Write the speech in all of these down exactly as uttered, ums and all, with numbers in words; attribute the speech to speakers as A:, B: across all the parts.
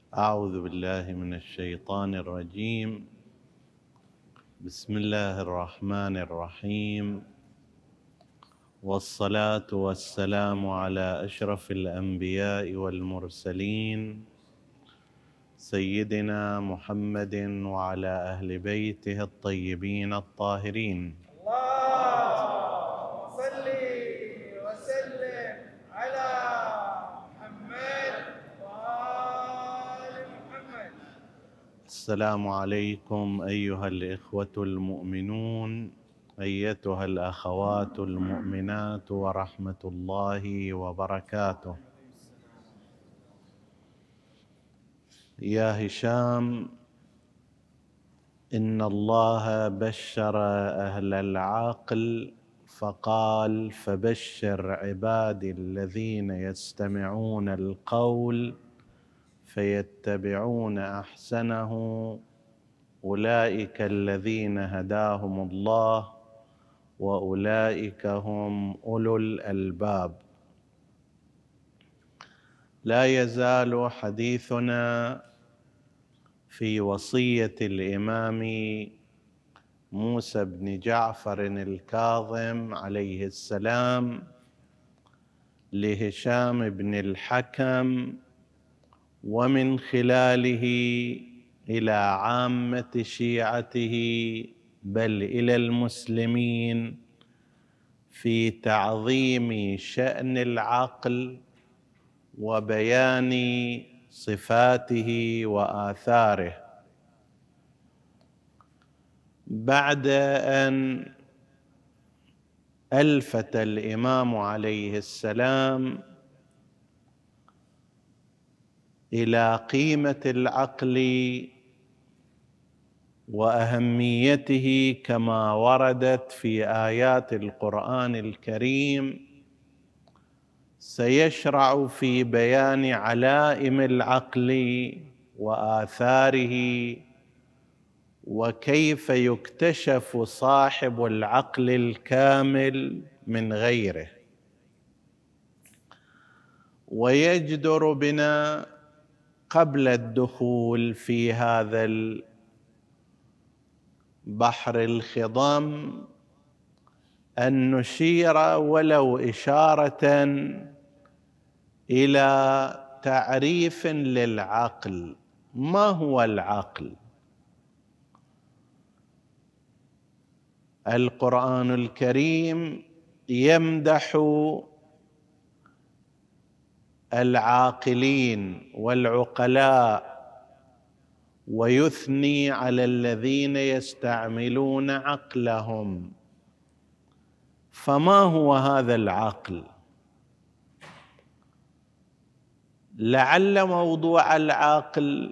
A: أعوذ بالله من الشيطان الرجيم. بسم الله الرحمن الرحيم، والصلاة والسلام على أشرف الأنبياء والمرسلين سيدنا محمد وعلى أهل بيته الطيبين الطاهرين.
B: اللهم صل وسلم على محمد وآل محمد.
A: السلام عليكم أيها الإخوة المؤمنون، أيتها الأخوات المؤمنات، ورحمة الله وبركاته. يا هشام، إن الله بشر أهل العقل فقال: فبشر عبادي الذين يستمعون القول فيتبعون أحسنه أولئك الذين هداهم الله وأولئك هم أولو الألباب. لا يزال حديثنا في وصية الإمام موسى بن جعفر الكاظم عليه السلام لهشام بن الحكم، ومن خلاله إلى عامة شيعته بل إلى المسلمين، في تعظيم شأن العقل وبيان صفاته وآثاره. بعد أن ألفت الإمام عليه السلام إلى قيمة العقل وأهميته كما وردت في آيات القرآن الكريم، سيشرع في بيان علائم العقل وآثاره، وكيف يكتشف صاحب العقل الكامل من غيره. ويجدر بنا قبل الدخول في هذا البحر الخضم أن نشير ولو إشارة إلى تعريف للعقل. ما هو العقل؟ القرآن الكريم يمدح العاقلين والعقلاء ويثني على الذين يستعملون عقلهم. فما هو هذا العقل؟ لعل موضوع العقل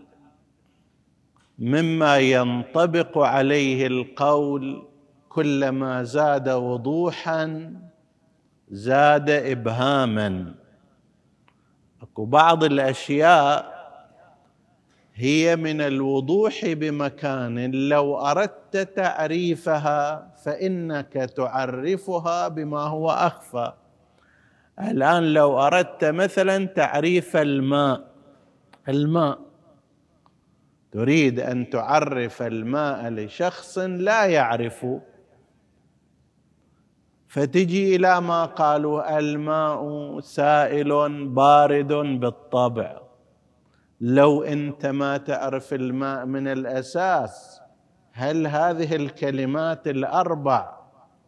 A: مما ينطبق عليه القول كلما زاد وضوحا زاد إبهاما. أكو بعض الأشياء هي من الوضوح بمكان لو أردت تعريفها فإنك تعرفها بما هو أخفى. الآن لو أردت مثلا تعريف الماء الماء تريد أن تعرف الماء لشخص لا يعرفه، فتجي إلى ما قالوا: الماء سائل بارد بالطبع. لو أنت ما تعرف الماء من الأساس، هل هذه الكلمات الأربع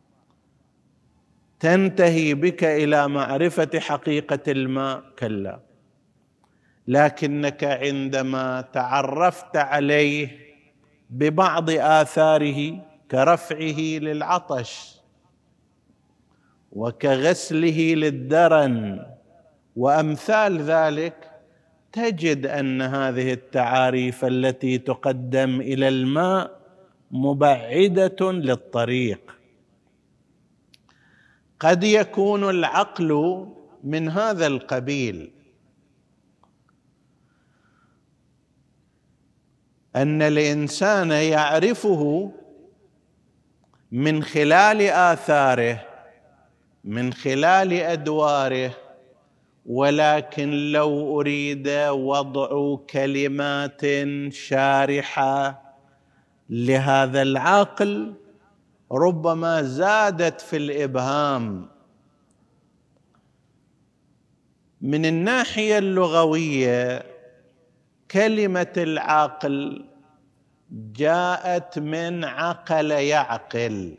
A: تنتهي بك إلى معرفة حقيقة الماء؟ كلا. لكنك عندما تعرفت عليه ببعض آثاره كرفعه للعطش وكغسله للدرن وأمثال ذلك، تجد أن هذه التعاريف التي تقدم إلى الماء مبعدة للطريق. قد يكون العقل من هذا القبيل، أن الإنسان يعرفه من خلال آثاره، من خلال أدواره، ولكن لو أريد وضع كلمات شارحة لهذا العقل ربما زادت في الإبهام. من الناحية اللغوية كلمة العقل جاءت من عقل يعقل.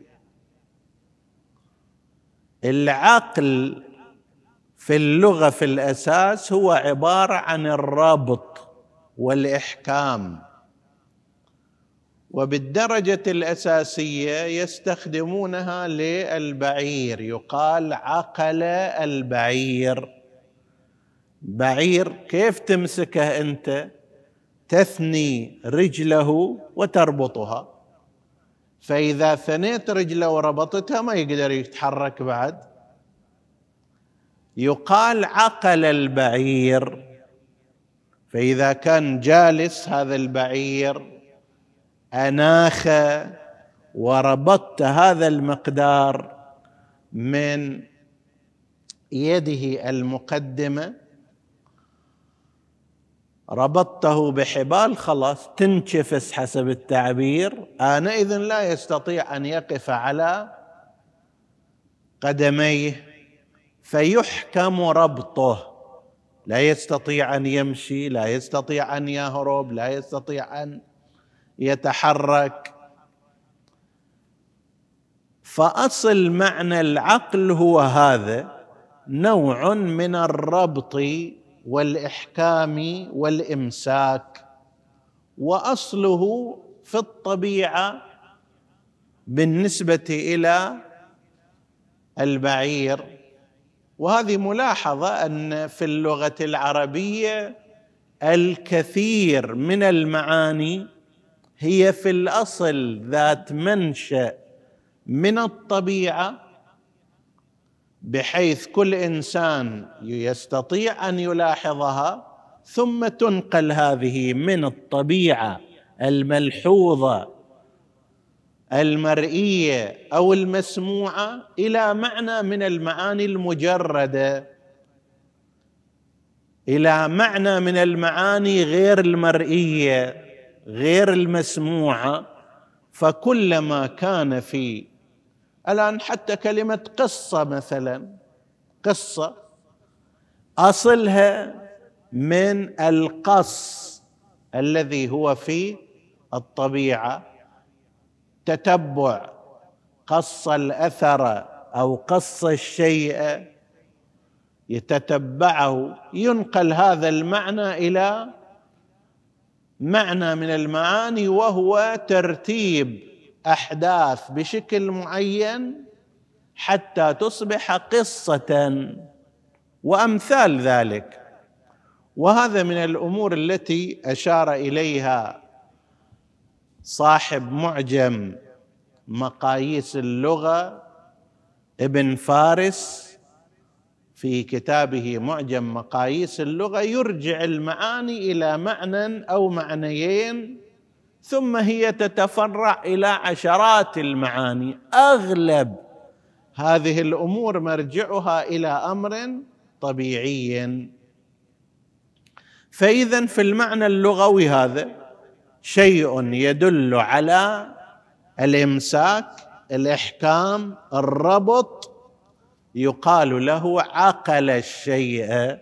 A: العقل في اللغة في الأساس هو عبارة عن الربط والإحكام، وبالدرجة الأساسية يستخدمونها للبعير، يقال عقل البعير. بعير كيف تمسكه أنت؟ تثني رجله وتربطها، فإذا ثنيت رجله وربطتها ما يقدر يتحرك بعد. يقال عقل البعير، فإذا كان جالس هذا البعير أناخ وربطت هذا المقدار من يده المقدمة، ربطته بحبال، خلاص تنشفس حسب التعبير، آنئذ لا يستطيع أن يقف على قدميه فيحكم ربطه، لا يستطيع أن يمشي، لا يستطيع أن يهرب، لا يستطيع أن يتحرك. فأصل معنى العقل هو هذا، نوع من الربط والإحكام والإمساك، وأصله في الطبيعة بالنسبة إلى البعير. وهذه ملاحظة أن في اللغة العربية الكثير من المعاني هي في الأصل ذات منشأ من الطبيعة، بحيث كل إنسان يستطيع أن يلاحظها، ثم تنقل هذه من الطبيعة الملحوظة المرئية أو المسموعة إلى معنى من المعاني المجردة، إلى معنى من المعاني غير المرئية غير المسموعة. فكلما كان في الآن حتى كلمة قصة مثلا، قصة أصلها من القص الذي هو في الطبيعة، تتبع، قص الأثر أو قص الشيء يتتبعه، ينقل هذا المعنى إلى معنى من المعاني، وهو ترتيب أحداث بشكل معين حتى تصبح قصة وأمثال ذلك. وهذا من الأمور التي أشار إليها صاحب معجم مقاييس اللغة ابن فارس في كتابه معجم مقاييس اللغة، يرجع المعاني إلى معنى أو معنيين، ثم هي تتفرع إلى عشرات المعاني. أغلب هذه الأمور مرجعها إلى أمر طبيعي. فإذن في المعنى اللغوي هذا شيء يدل على الإمساك، الإحكام، الربط، يقال له عقل الشيء،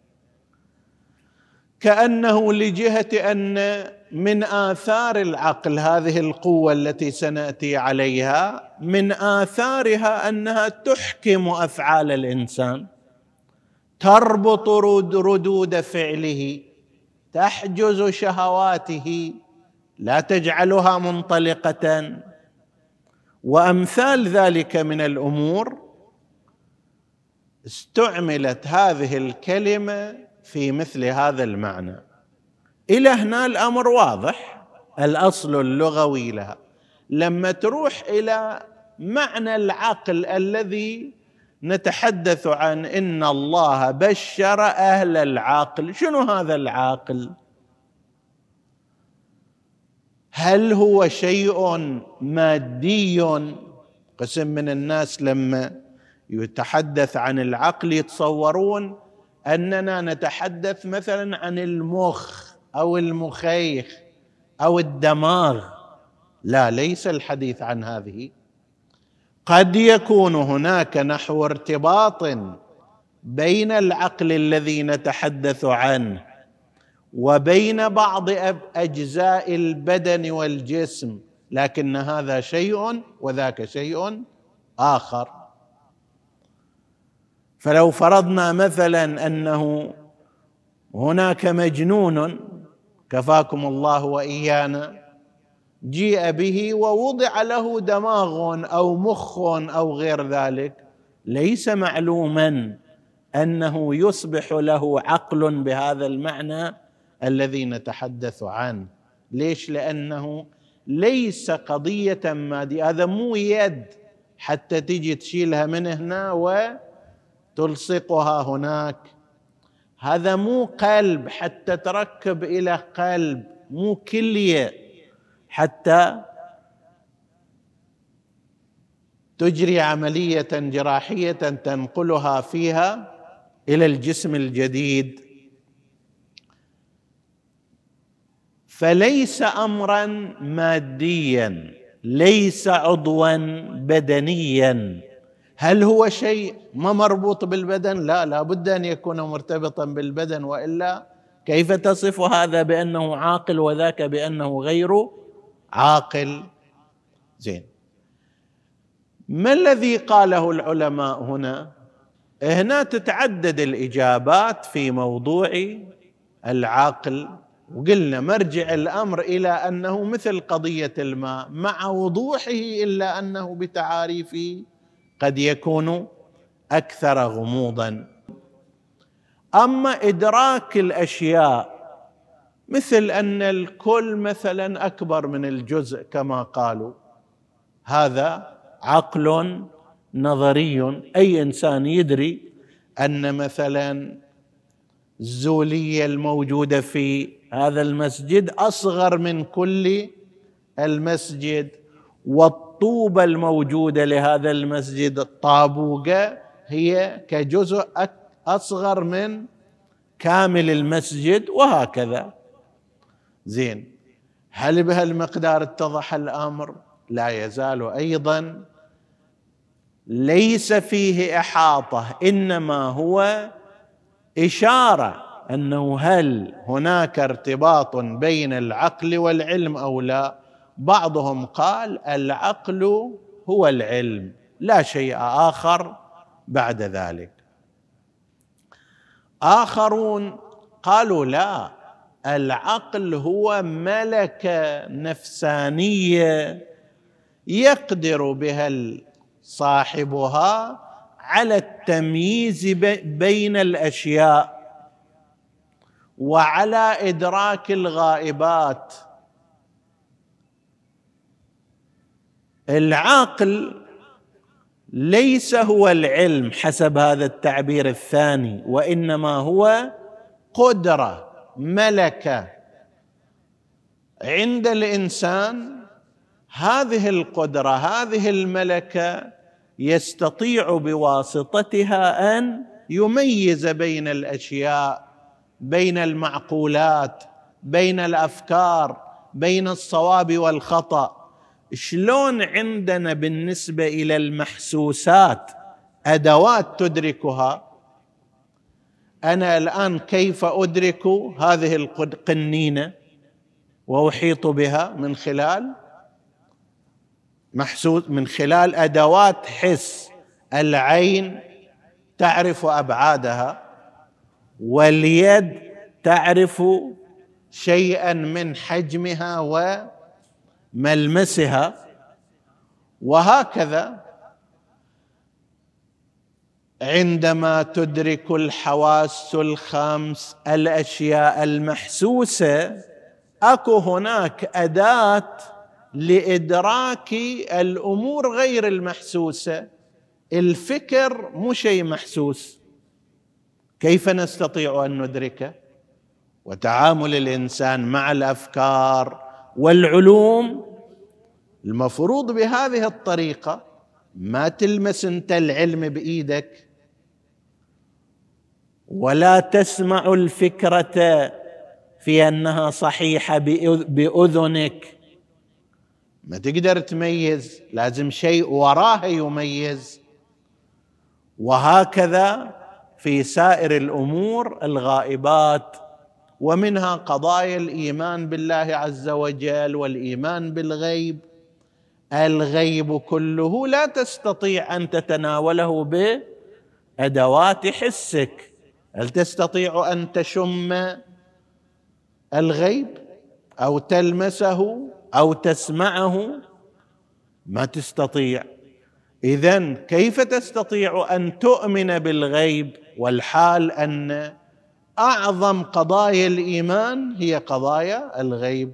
A: كأنه لجهة أن من آثار العقل هذه القوة التي سنأتي عليها، من آثارها أنها تحكم أفعال الإنسان، تربط ردود فعله، تحجز شهواته، لا تجعلها منطلقة، وأمثال ذلك من الأمور. استعملت هذه الكلمة في مثل هذا المعنى. إلى هنا الأمر واضح، الأصل اللغوي لها. لما تروح إلى معنى العقل الذي نتحدث عن إن الله بشر أهل العقل، شنو هذا العقل؟ هل هو شيء مادي؟ قسم من الناس لما يتحدث عن العقل يتصورون أننا نتحدث مثلا عن المخ أو المخيخ أو الدماغ، لا، ليس الحديث عن هذه. قد يكون هناك نحو ارتباط بين العقل الذي نتحدث عنه وبين بعض أجزاء البدن والجسم، لكن هذا شيء وذاك شيء آخر. فلو فرضنا مثلا أنه هناك مجنون كفاكم الله وإيانا، جيء به ووضع له دماغ أو مخ أو غير ذلك، ليس معلوما أنه يصبح له عقل بهذا المعنى الذي نتحدث عنه. ليش؟ لأنه ليس قضية مادية. هذا مو يد حتى تجي تشيلها من هنا وتلصقها هناك، هذا مو قلب حتى تركب إلى قلب، مو كلية حتى تجري عملية جراحية تنقلها فيها إلى الجسم الجديد. فليس أمرا ماديا، ليس عضوا بدنيا. هل هو شيء ما مربوط بالبدن؟ لا، لا بد أن يكون مرتبطا بالبدن، وإلا كيف تصف هذا بأنه عاقل وذاك بأنه غير عاقل؟ زين، ما الذي قاله العلماء هنا؟ هنا تتعدد الإجابات في موضوع العقل، وقلنا مرجع الأمر إلى أنه مثل قضية الماء مع وضوحه، إلا أنه بتعاريفه قد يكون أكثر غموضا. أما إدراك الأشياء مثل أن الكل مثلا أكبر من الجزء كما قالوا، هذا عقل نظري. أي إنسان يدري أن مثلا الزولية الموجودة في هذا المسجد أصغر من كل المسجد، والطوبة الموجودة لهذا المسجد الطابوقة هي كجزء أصغر من كامل المسجد، وهكذا. زين، هل بهالمقدار اتضح الأمر؟ لا يزال أيضا ليس فيه إحاطة، إنما هو إشارة أنه هل هناك ارتباط بين العقل والعلم أو لا. بعضهم قال العقل هو العلم، لا شيء آخر بعد ذلك. آخرون قالوا لا، العقل هو ملكة نفسانية يقدر بها صاحبها على التمييز بين الأشياء وعلى إدراك الغائبات. العقل ليس هو العلم حسب هذا التعبير الثاني، وإنما هو قدرة، ملكة عند الإنسان. هذه القدرة، هذه الملكة يستطيع بواسطتها أن يميز بين الأشياء، بين المعقولات، بين الأفكار، بين الصواب والخطأ. شلون عندنا بالنسبة إلى المحسوسات أدوات تدركها؟ أنا الآن كيف أدرك هذه القنينة وأحيط بها؟ من خلال محسوس، من خلال أدوات حس. العين تعرف أبعادها، واليد تعرف شيئا من حجمها وملمسها، وهكذا عندما تدرك الحواس الخمس الأشياء المحسوسة، أكو هناك أداة لإدراك الأمور غير المحسوسة. الفكر مو شيء محسوس، كيف نستطيع أن ندركه؟ وتعامل الإنسان مع الأفكار والعلوم المفروض بهذه الطريقة. ما تلمس أنت العلم بإيدك ولا تسمع الفكرة في أنها صحيحة بأذنك، ما تقدر تميز، لازم شيء وراها يميز. وهكذا في سائر الأمور الغائبات، ومنها قضايا الإيمان بالله عز وجل والإيمان بالغيب. الغيب كله لا تستطيع أن تتناوله بأدوات حسك. هل تستطيع أن تشم الغيب أو تلمسه أو تسمعه؟ ما تستطيع. إذن كيف تستطيع أن تؤمن بالغيب والحال أن أعظم قضايا الإيمان هي قضايا الغيب؟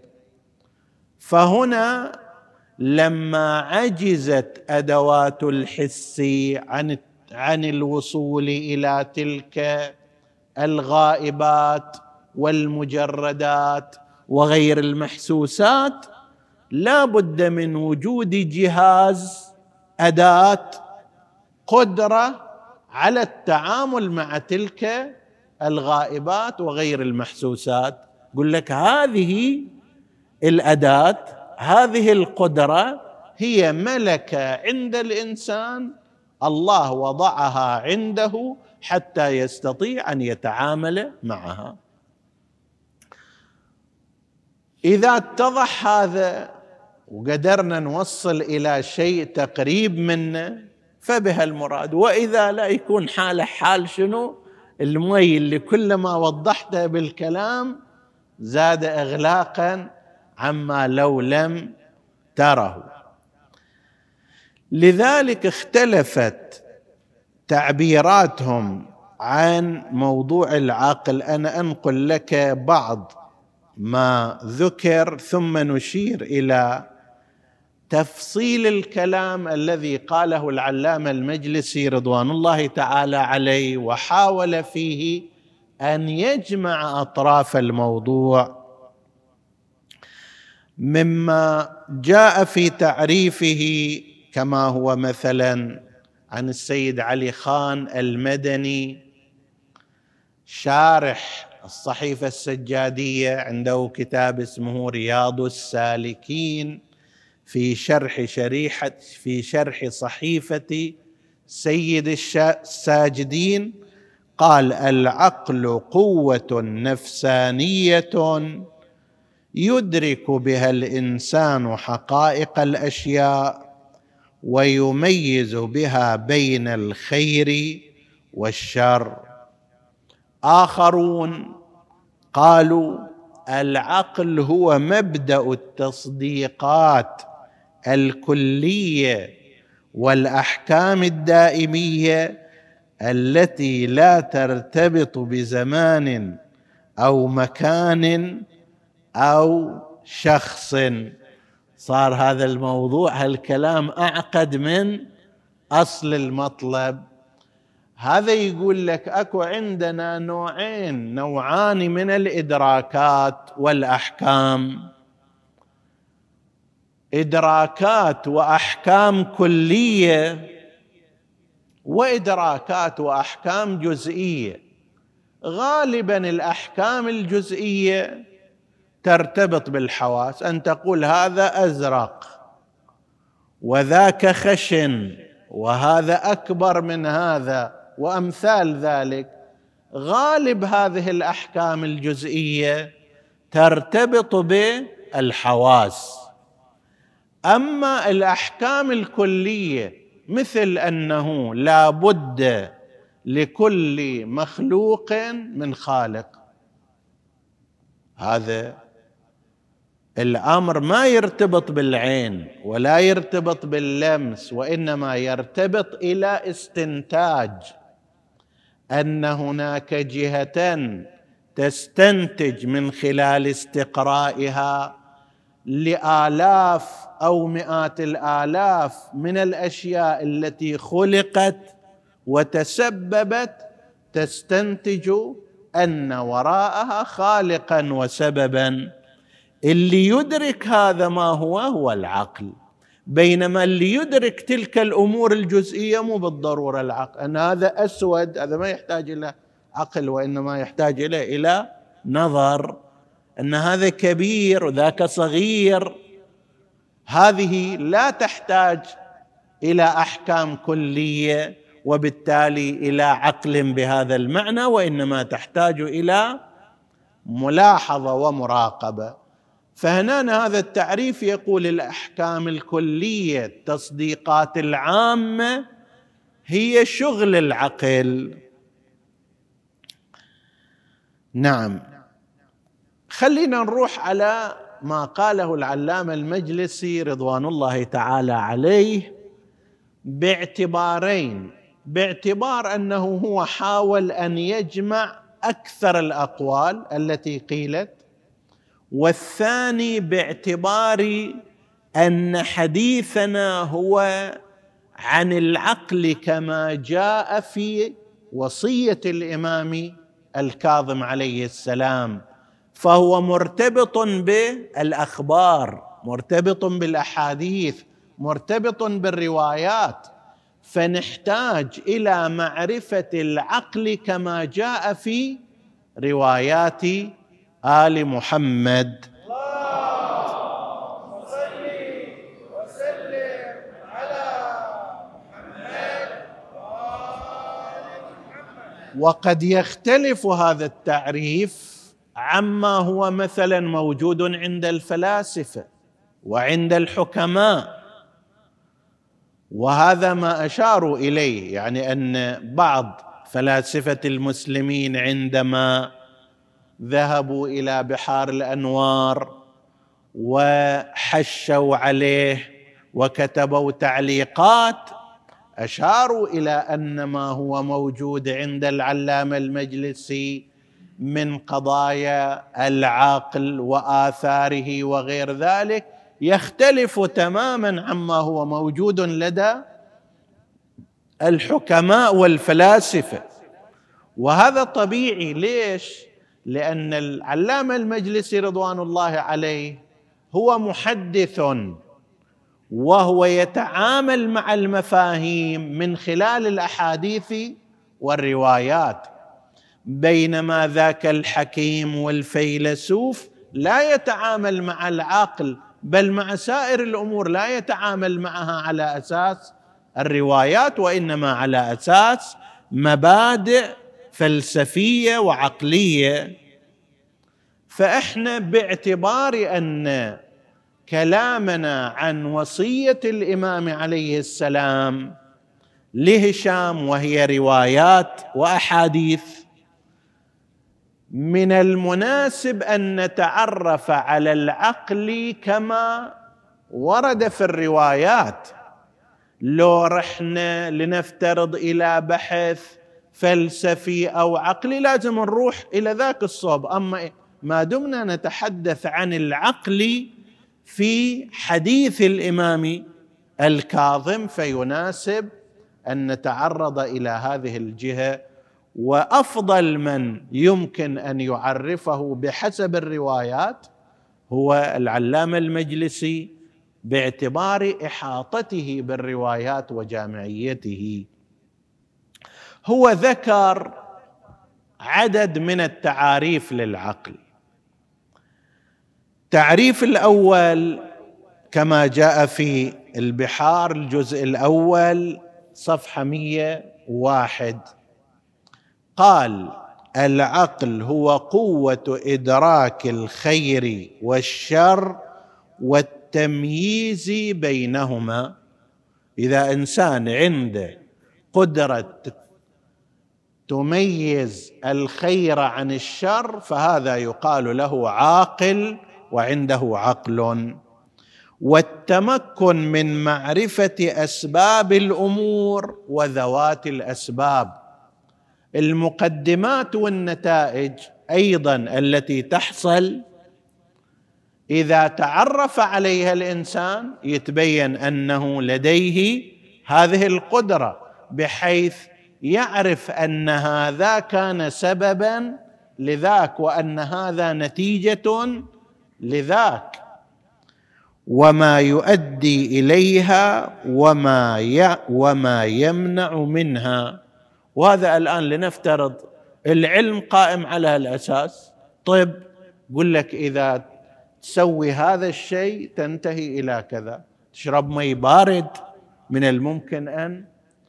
A: فهنا لما عجزت أدوات الحس عن عن الوصول إلى تلك الغائبات والمجردات وغير المحسوسات، لا بد من وجود جهاز، أداة، قدرة على التعامل مع تلك الغائبات وغير المحسوسات. يقول لك هذه الأداة، هذه القدرة هي ملكة عند الإنسان، الله وضعها عنده حتى يستطيع أن يتعامل معها. إذا اتضح هذا وقدرنا نوصل إلى شيء تقريب منه فبها المراد، وإذا لا يكون حاله حال شنو؟ المي اللي كلما وضحته بالكلام زاد إغلاقا عما لو لم تره. لذلك اختلفت تعبيراتهم عن موضوع العقل. أنا أنقل لك بعض ما ذكر ثم نشير إلى تفصيل الكلام الذي قاله العلامة المجلسي رضوان الله تعالى عليه، وحاول فيه أن يجمع أطراف الموضوع. مما جاء في تعريفه كما هو مثلا عن السيد علي خان المدني شارح الصحيفة السجادية، عنده كتاب اسمه رياض السالكين في شرح شريحة في شرح صحيفة سيد الساجدين، قال: العقل قوة نفسانية يدرك بها الإنسان حقائق الأشياء ويميز بها بين الخير والشر. آخرون قالوا: العقل هو مبدأ التصديقات الكلية والأحكام الدائمية التي لا ترتبط بزمان أو مكان أو شخص. صار هذا الموضوع هالكلام أعقد من أصل المطلب. هذا يقول لك أكو عندنا نوعين نوعان من الإدراكات والأحكام: إدراكات وأحكام كلية وإدراكات وأحكام جزئية. غالبا الأحكام الجزئية ترتبط بالحواس، أن تقول هذا أزرق وذاك خشن وهذا أكبر من هذا وأمثال ذلك. غالب هذه الأحكام الجزئية ترتبط بالحواس. أما الأحكام الكلية مثل أنه لا بد لكل مخلوق من خالق، هذا الأمر ما يرتبط بالعين ولا يرتبط باللمس، وإنما يرتبط إلى استنتاج أن هناك جهة تستنتج من خلال استقرائها لآلاف أو مئات الآلاف من الأشياء التي خلقت وتسببت، تستنتج أن وراءها خالقا وسببا. اللي يدرك هذا ما هو هو العقل، بينما اللي يدرك تلك الأمور الجزئية مو بالضرورة العقل. أن هذا أسود، هذا ما يحتاج إلى عقل، وإنما يحتاج إلى إلى نظر، أن هذا كبير وذاك صغير. هذه لا تحتاج إلى أحكام كلية وبالتالي إلى عقل بهذا المعنى، وإنما تحتاج إلى ملاحظة ومراقبة. فهنا هذا التعريف يقول الأحكام الكلية التصديقات العامة هي شغل العقل. نعم، خلينا نروح على ما قاله العلامة المجلسي رضوان الله تعالى عليه باعتبارين: باعتبار أنه هو حاول أن يجمع أكثر الأقوال التي قيلت، والثاني باعتبار أن حديثنا هو عن العقل كما جاء في وصية الإمام الكاظم عليه السلام، فهو مرتبط بالأخبار، مرتبط بالأحاديث، مرتبط بالروايات، فنحتاج إلى معرفة العقل كما جاء في روايات آل محمد.
B: اللهم صل وسلم على محمد وآل محمد.
A: وقد يختلف هذا التعريف عما هو مثلا موجود عند الفلاسفة وعند الحكماء، وهذا ما أشاروا إليه، يعني أن بعض فلاسفة المسلمين عندما ذهبوا إلى بحار الأنوار وحشوا عليه وكتبوا تعليقات أشاروا إلى أن ما هو موجود عند العلامة المجلسي من قضايا العقل وآثاره وغير ذلك يختلف تماما عما هو موجود لدى الحكماء والفلاسفة. وهذا طبيعي. ليش؟ لأن العلامة المجلسي رضوان الله عليه هو محدث، وهو يتعامل مع المفاهيم من خلال الأحاديث والروايات، بينما ذاك الحكيم والفيلسوف لا يتعامل مع العقل، بل مع سائر الأمور لا يتعامل معها على أساس الروايات، وإنما على أساس مبادئ فلسفية وعقلية. فإحنا باعتبار أن كلامنا عن وصية الإمام عليه السلام لهشام وهي روايات وأحاديث، من المناسب أن نتعرف على العقل كما ورد في الروايات. لو رحنا لنفترض إلى بحث فلسفي أو عقلي لازم نروح إلى ذاك الصوب، أما ما دمنا نتحدث عن العقل في حديث الإمام الكاظم فيناسب أن نتعرض إلى هذه الجهة. وأفضل من يمكن أن يعرفه بحسب الروايات هو العلامة المجلسي باعتبار إحاطته بالروايات وجامعيته. هو ذكر عدد من التعاريف للعقل. التعريف الأول كما جاء في البحار الجزء الأول صفحة مئة وواحد، قال: العقل هو قوة إدراك الخير والشر والتمييز بينهما. إذا إنسان عنده قدرة تميز الخير عن الشر فهذا يقال له عاقل وعنده عقل. والتمكن من معرفة أسباب الأمور وذوات الأسباب، المقدمات والنتائج أيضا التي تحصل إذا تعرف عليها الإنسان يتبين أنه لديه هذه القدرة، بحيث يعرف أن هذا كان سببا لذاك وأن هذا نتيجة لذاك، وما يؤدي إليها وما وما يمنع منها. وهذا الآن لنفترض العلم قائم على الأساس. طب يقول لك إذا تسوي هذا الشيء تنتهي إلى كذا. تشرب مي بارد من الممكن أن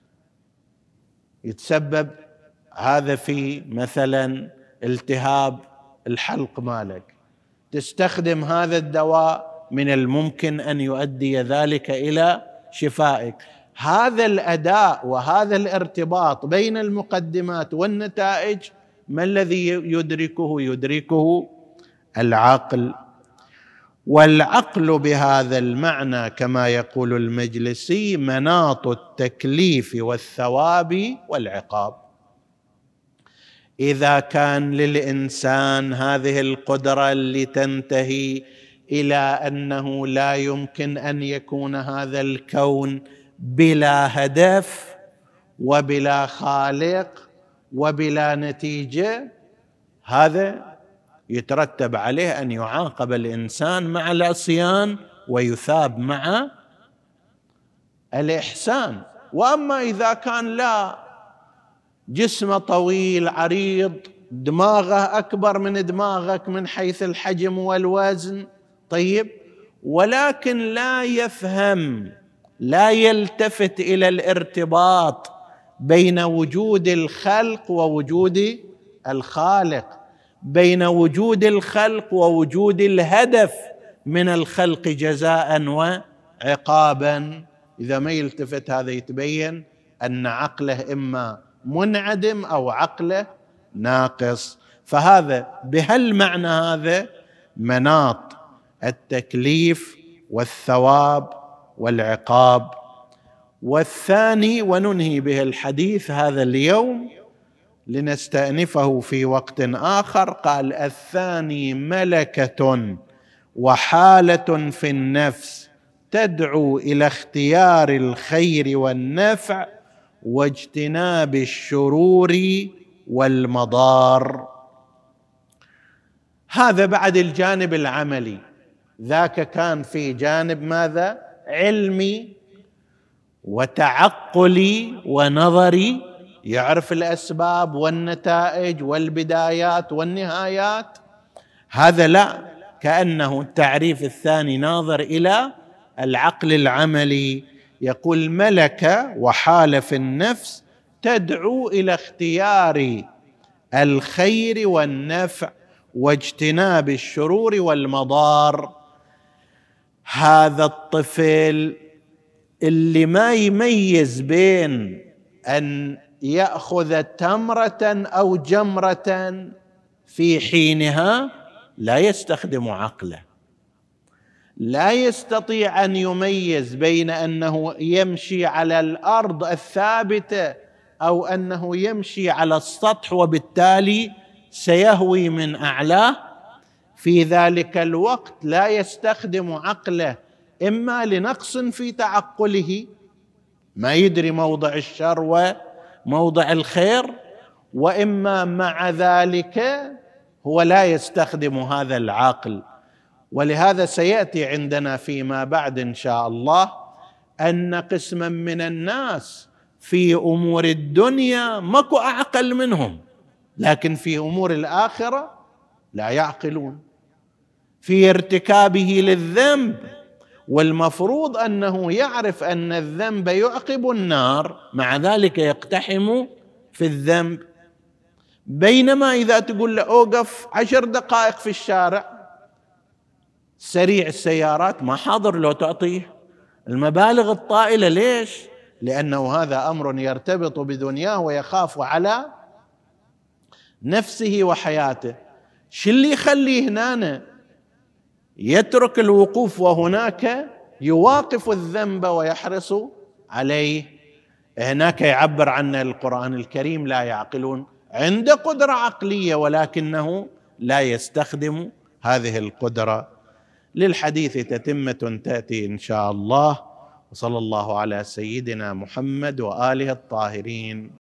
A: يتسبب هذا في مثلا التهاب الحلق مالك. تستخدم هذا الدواء من الممكن أن يؤدي ذلك إلى شفائك. هذا الأداء وهذا الارتباط بين المقدمات والنتائج ما الذي يدركه؟ يدركه العقل. والعقل بهذا المعنى كما يقول المجلسي مناط التكليف والثواب والعقاب. إذا كان للإنسان هذه القدرة اللي تنتهي إلى أنه لا يمكن أن يكون هذا الكون بلا هدف وبلا خالق وبلا نتيجة، هذا يترتب عليه أن يعاقب الإنسان مع العصيان ويثاب مع الإحسان. وأما إذا كان لا، جسمه طويل عريض، دماغه أكبر من دماغك من حيث الحجم والوزن، طيب، ولكن لا يفهم، لا يلتفت إلى الارتباط بين وجود الخلق ووجود الخالق، بين وجود الخلق ووجود الهدف من الخلق جزاء وعقابا. إذا ما يلتفت هذا يتبين أن عقله إما منعدم أو عقله ناقص. فهذا بهالمعنى هذا مناط التكليف والثواب والعقاب. والثاني، وننهي به الحديث هذا اليوم لنستأنفه في وقت آخر، قال الثاني ملكة وحالة في النفس تدعو إلى اختيار الخير والنفع واجتناب الشرور والمضار. هذا بعد الجانب العملي، ذاك كان في جانب ماذا؟ علمي وتعقلي ونظري، يعرف الأسباب والنتائج والبدايات والنهايات. هذا لا، كأنه التعريف الثاني ناظر إلى العقل العملي. يقول ملكة وحالة في النفس تدعو إلى اختيار الخير والنفع واجتناب الشرور والمضار. هذا الطفل اللي ما يميز بين أن يأخذ تمرة أو جمرة في حينها لا يستخدم عقله، لا يستطيع أن يميز بين أنه يمشي على الأرض الثابتة أو أنه يمشي على السطح وبالتالي سيهوي من أعلاه. في ذلك الوقت لا يستخدم عقله، إما لنقص في تعقله، ما يدري موضع الشر وموضع الخير، وإما مع ذلك هو لا يستخدم هذا العقل. ولهذا سيأتي عندنا فيما بعد إن شاء الله أن قسما من الناس في أمور الدنيا ماكو أعقل منهم، لكن في أمور الآخرة لا يعقلون، في ارتكابه للذنب والمفروض أنه يعرف أن الذنب يعقب النار، مع ذلك يقتحم في الذنب. بينما إذا تقول له أوقف عشر دقائق في الشارع، سريع السيارات ما حاضر لو تعطيه المبالغ الطائلة. ليش؟ لأنه هذا أمر يرتبط بدنياه ويخاف على نفسه وحياته. شو اللي يخليه هنا يترك الوقوف وهناك يواقف الذنب ويحرص عليه؟ هناك يعبر عنه القرآن الكريم لا يعقلون، عنده قدرة عقلية ولكنه لا يستخدم هذه القدرة. للحديث تتمة تأتي إن شاء الله، وصلى الله على سيدنا محمد وآله الطاهرين.